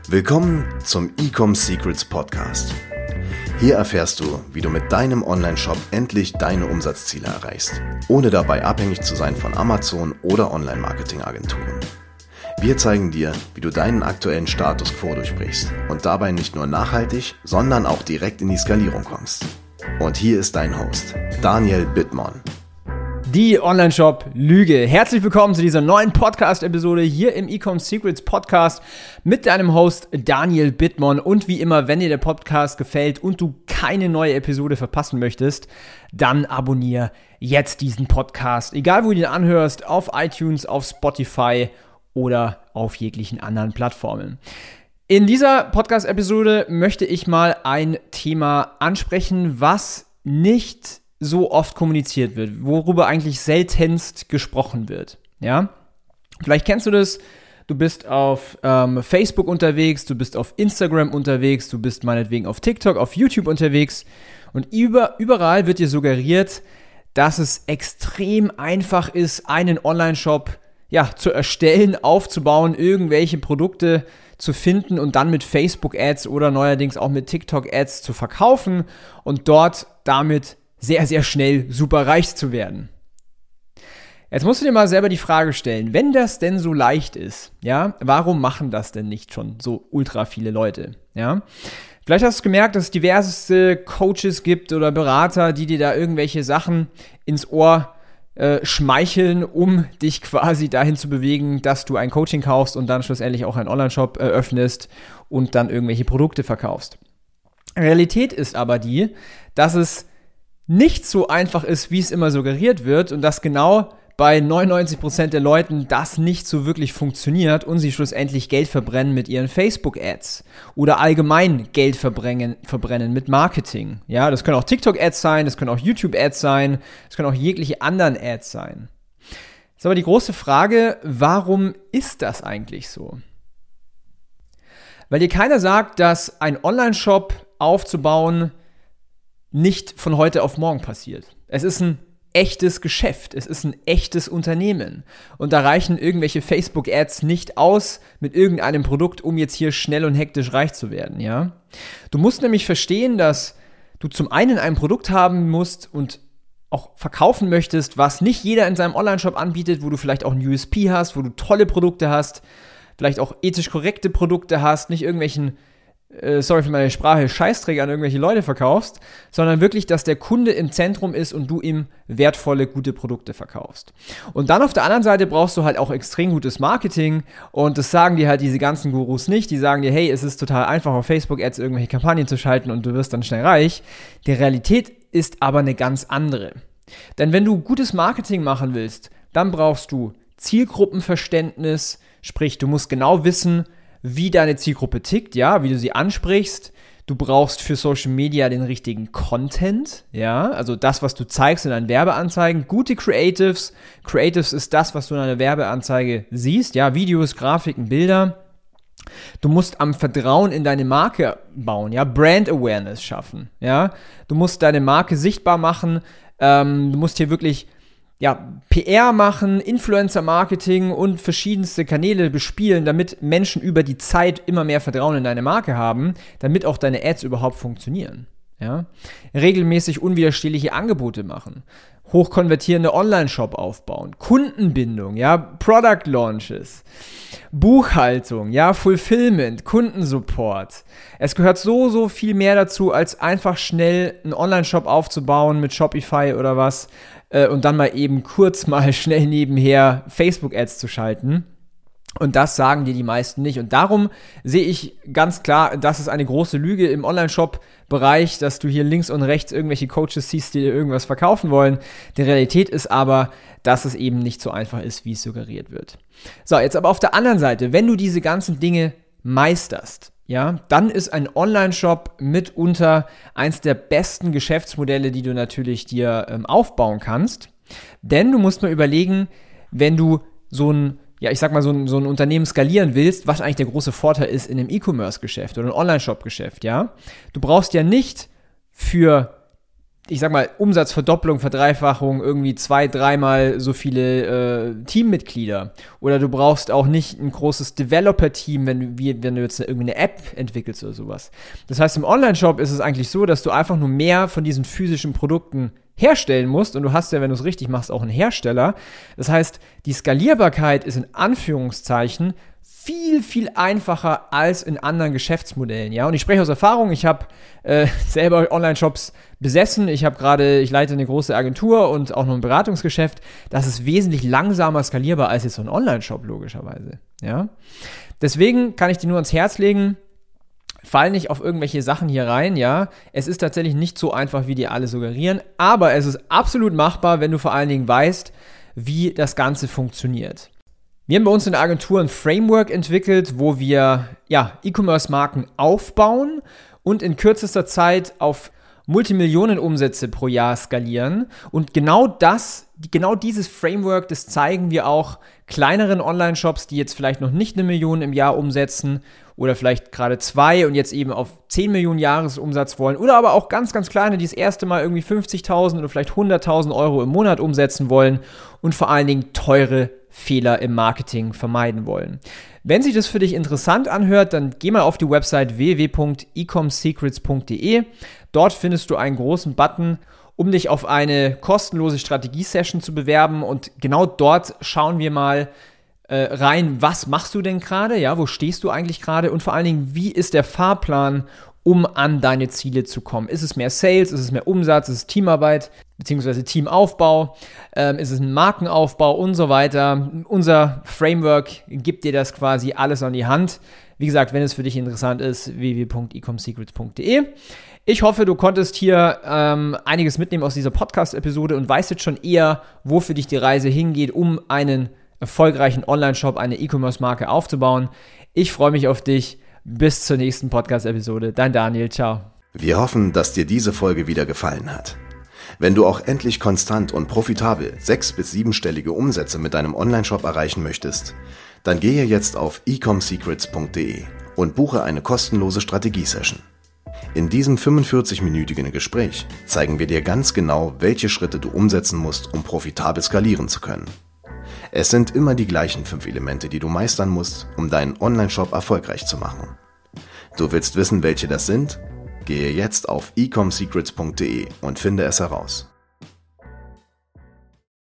Willkommen zum Ecom Secrets Podcast. Hier erfährst du, wie du mit deinem Online-Shop endlich deine Umsatzziele erreichst, ohne dabei abhängig zu sein von Amazon oder Online-Marketing-Agenturen. Wir zeigen dir, wie du deinen aktuellen Status quo durchbrichst und dabei nicht nur nachhaltig, sondern auch direkt in die Skalierung kommst. Und hier ist dein Host, Daniel Bittmann. Die Online-Shop-Lüge. Herzlich willkommen zu dieser neuen Podcast-Episode hier im Ecom Secrets Podcast mit deinem Host Daniel Bittmann. Und wie immer, wenn dir der Podcast gefällt und du keine neue Episode verpassen möchtest, dann abonniere jetzt diesen Podcast. Egal, wo du ihn anhörst, auf iTunes, auf Spotify oder auf jeglichen anderen Plattformen. In dieser Podcast-Episode möchte ich mal ein Thema ansprechen, was nicht so oft kommuniziert wird, worüber eigentlich seltenst gesprochen wird. Ja? Vielleicht kennst du das, du bist auf Facebook unterwegs, du bist auf Instagram unterwegs, du bist meinetwegen auf TikTok, auf YouTube unterwegs und überall wird dir suggeriert, dass es extrem einfach ist, einen Online-Shop zu erstellen, aufzubauen, irgendwelche Produkte zu finden und dann mit Facebook-Ads oder neuerdings auch mit TikTok-Ads zu verkaufen und dort damit sehr, sehr schnell super reich zu werden. Jetzt musst du dir mal selber die Frage stellen, wenn das denn so leicht ist, ja, warum machen das denn nicht schon so ultra viele Leute, ja? Vielleicht hast du gemerkt, dass es diverseste Coaches gibt oder Berater, die dir da irgendwelche Sachen ins Ohr schmeicheln, um dich quasi dahin zu bewegen, dass du ein Coaching kaufst und dann schlussendlich auch einen Online-Shop eröffnest und dann irgendwelche Produkte verkaufst. Realität ist aber die, dass es nicht so einfach ist, wie es immer suggeriert wird und dass genau bei 99% der Leuten das nicht so wirklich funktioniert und sie schlussendlich Geld verbrennen mit ihren Facebook-Ads oder allgemein Geld verbrennen mit Marketing. Ja, das können auch TikTok-Ads sein, das können auch YouTube-Ads sein, das können auch jegliche anderen Ads sein. Ist aber die große Frage, warum ist das eigentlich so? Weil dir keiner sagt, dass ein Online-Shop aufzubauen nicht von heute auf morgen passiert. Es ist ein echtes Geschäft, es ist ein echtes Unternehmen und da reichen irgendwelche Facebook-Ads nicht aus mit irgendeinem Produkt, um jetzt hier schnell und hektisch reich zu werden, ja? Du musst nämlich verstehen, dass du zum einen ein Produkt haben musst und auch verkaufen möchtest, was nicht jeder in seinem Online-Shop anbietet, wo du vielleicht auch ein USP hast, wo du tolle Produkte hast, vielleicht auch ethisch korrekte Produkte hast, nicht irgendwelchen sorry für meine Sprache, Scheißträger an irgendwelche Leute verkaufst, sondern wirklich, dass der Kunde im Zentrum ist und du ihm wertvolle, gute Produkte verkaufst. Und dann auf der anderen Seite brauchst du halt auch extrem gutes Marketing und das sagen dir halt diese ganzen Gurus nicht, die sagen dir, hey, es ist total einfach auf Facebook-Ads irgendwelche Kampagnen zu schalten und du wirst dann schnell reich. Die Realität ist aber eine ganz andere. Denn wenn du gutes Marketing machen willst, dann brauchst du Zielgruppenverständnis, sprich, du musst genau wissen, wie deine Zielgruppe tickt, ja, wie du sie ansprichst. Du brauchst für Social Media den richtigen Content, ja, also das, was du zeigst in deinen Werbeanzeigen. Gute Creatives. Creatives ist das, was du in einer Werbeanzeige siehst, ja, Videos, Grafiken, Bilder. Du musst am Vertrauen in deine Marke bauen, ja, Brand Awareness schaffen, ja. Du musst deine Marke sichtbar machen. Du musst hier wirklich PR machen, Influencer-Marketing und verschiedenste Kanäle bespielen, damit Menschen über die Zeit immer mehr Vertrauen in deine Marke haben, damit auch deine Ads überhaupt funktionieren. Ja? Regelmäßig unwiderstehliche Angebote machen, hochkonvertierende Online-Shop aufbauen, Kundenbindung, ja, Product Launches, Buchhaltung, ja, Fulfillment, Kundensupport. Es gehört so viel mehr dazu, als einfach schnell einen Online-Shop aufzubauen mit Shopify oder was und dann mal eben kurz mal schnell nebenher Facebook-Ads zu schalten. Und das sagen dir die meisten nicht. Und darum sehe ich ganz klar, das ist eine große Lüge im Online-Shop-Bereich, dass du hier links und rechts irgendwelche Coaches siehst, die dir irgendwas verkaufen wollen. Die Realität ist aber, dass es eben nicht so einfach ist, wie es suggeriert wird. So, jetzt aber auf der anderen Seite, wenn du diese ganzen Dinge meisterst, ja, dann ist ein Online-Shop mitunter eins der besten Geschäftsmodelle, die du natürlich dir aufbauen kannst. Denn du musst mal überlegen, wenn du so ein Unternehmen skalieren willst, was eigentlich der große Vorteil ist in einem E-Commerce-Geschäft oder einem Online-Shop-Geschäft, ja. Du brauchst ja nicht für ich sag mal, Umsatzverdopplung, Verdreifachung, irgendwie 2-3-mal so viele Teammitglieder. Oder du brauchst auch nicht ein großes Developer-Team, wenn du jetzt irgendwie eine App entwickelst oder sowas. Das heißt, im Online-Shop ist es eigentlich so, dass du einfach nur mehr von diesen physischen Produkten herstellen musst, und du hast ja, wenn du es richtig machst, auch einen Hersteller. Das heißt, die Skalierbarkeit ist in Anführungszeichen viel, viel einfacher als in anderen Geschäftsmodellen, ja. Und ich spreche aus Erfahrung, ich habe selber Online-Shops besessen, ich leite eine große Agentur und auch noch ein Beratungsgeschäft. Das ist wesentlich langsamer skalierbar als jetzt so ein Online-Shop, logischerweise, ja. Deswegen kann ich dir nur ans Herz legen, fall nicht auf irgendwelche Sachen hier rein, ja. Es ist tatsächlich nicht so einfach, wie die alle suggerieren, aber es ist absolut machbar, wenn du vor allen Dingen weißt, wie das Ganze funktioniert. Wir haben bei uns in der Agentur ein Framework entwickelt, wo wir E-Commerce-Marken aufbauen und in kürzester Zeit auf Multimillionen-Umsätze pro Jahr skalieren. Und genau dieses Framework, das zeigen wir auch kleineren Online-Shops, die jetzt vielleicht noch nicht 1 Million im Jahr umsetzen oder vielleicht gerade 2 und jetzt eben auf 10 Millionen Jahresumsatz wollen, oder aber auch ganz, ganz kleine, die das erste Mal irgendwie 50.000 oder vielleicht 100.000 Euro im Monat umsetzen wollen und vor allen Dingen teure Fehler im Marketing vermeiden wollen. Wenn sich das für dich interessant anhört, dann geh mal auf die Website www.ecomsecrets.de. Dort findest du einen großen Button, um dich auf eine kostenlose Strategie-Session zu bewerben, und genau dort schauen wir mal rein, was machst du denn gerade, ja, wo stehst du eigentlich gerade, und vor allen Dingen, wie ist der Fahrplan, um an deine Ziele zu kommen. Ist es mehr Sales, ist es mehr Umsatz, ist es Teamarbeit, beziehungsweise Teamaufbau, ist es ein Markenaufbau und so weiter. Unser Framework gibt dir das quasi alles an die Hand. Wie gesagt, wenn es für dich interessant ist, www.ecomsecrets.de. Ich hoffe, du konntest hier einiges mitnehmen aus dieser Podcast-Episode und weißt jetzt schon eher, wo für dich die Reise hingeht, um einen erfolgreichen Online-Shop, eine E-Commerce-Marke aufzubauen. Ich freue mich auf dich. Bis zur nächsten Podcast-Episode. Dein Daniel, ciao. Wir hoffen, dass dir diese Folge wieder gefallen hat. Wenn du auch endlich konstant und profitabel 6- bis 7-stellige Umsätze mit deinem Onlineshop erreichen möchtest, dann gehe jetzt auf ecomsecrets.de und buche eine kostenlose Strategie-Session. In diesem 45-minütigen Gespräch zeigen wir dir ganz genau, welche Schritte du umsetzen musst, um profitabel skalieren zu können. Es sind immer die gleichen 5 Elemente, die du meistern musst, um deinen Online-Shop erfolgreich zu machen. Du willst wissen, welche das sind? Gehe jetzt auf ecomsecrets.de und finde es heraus.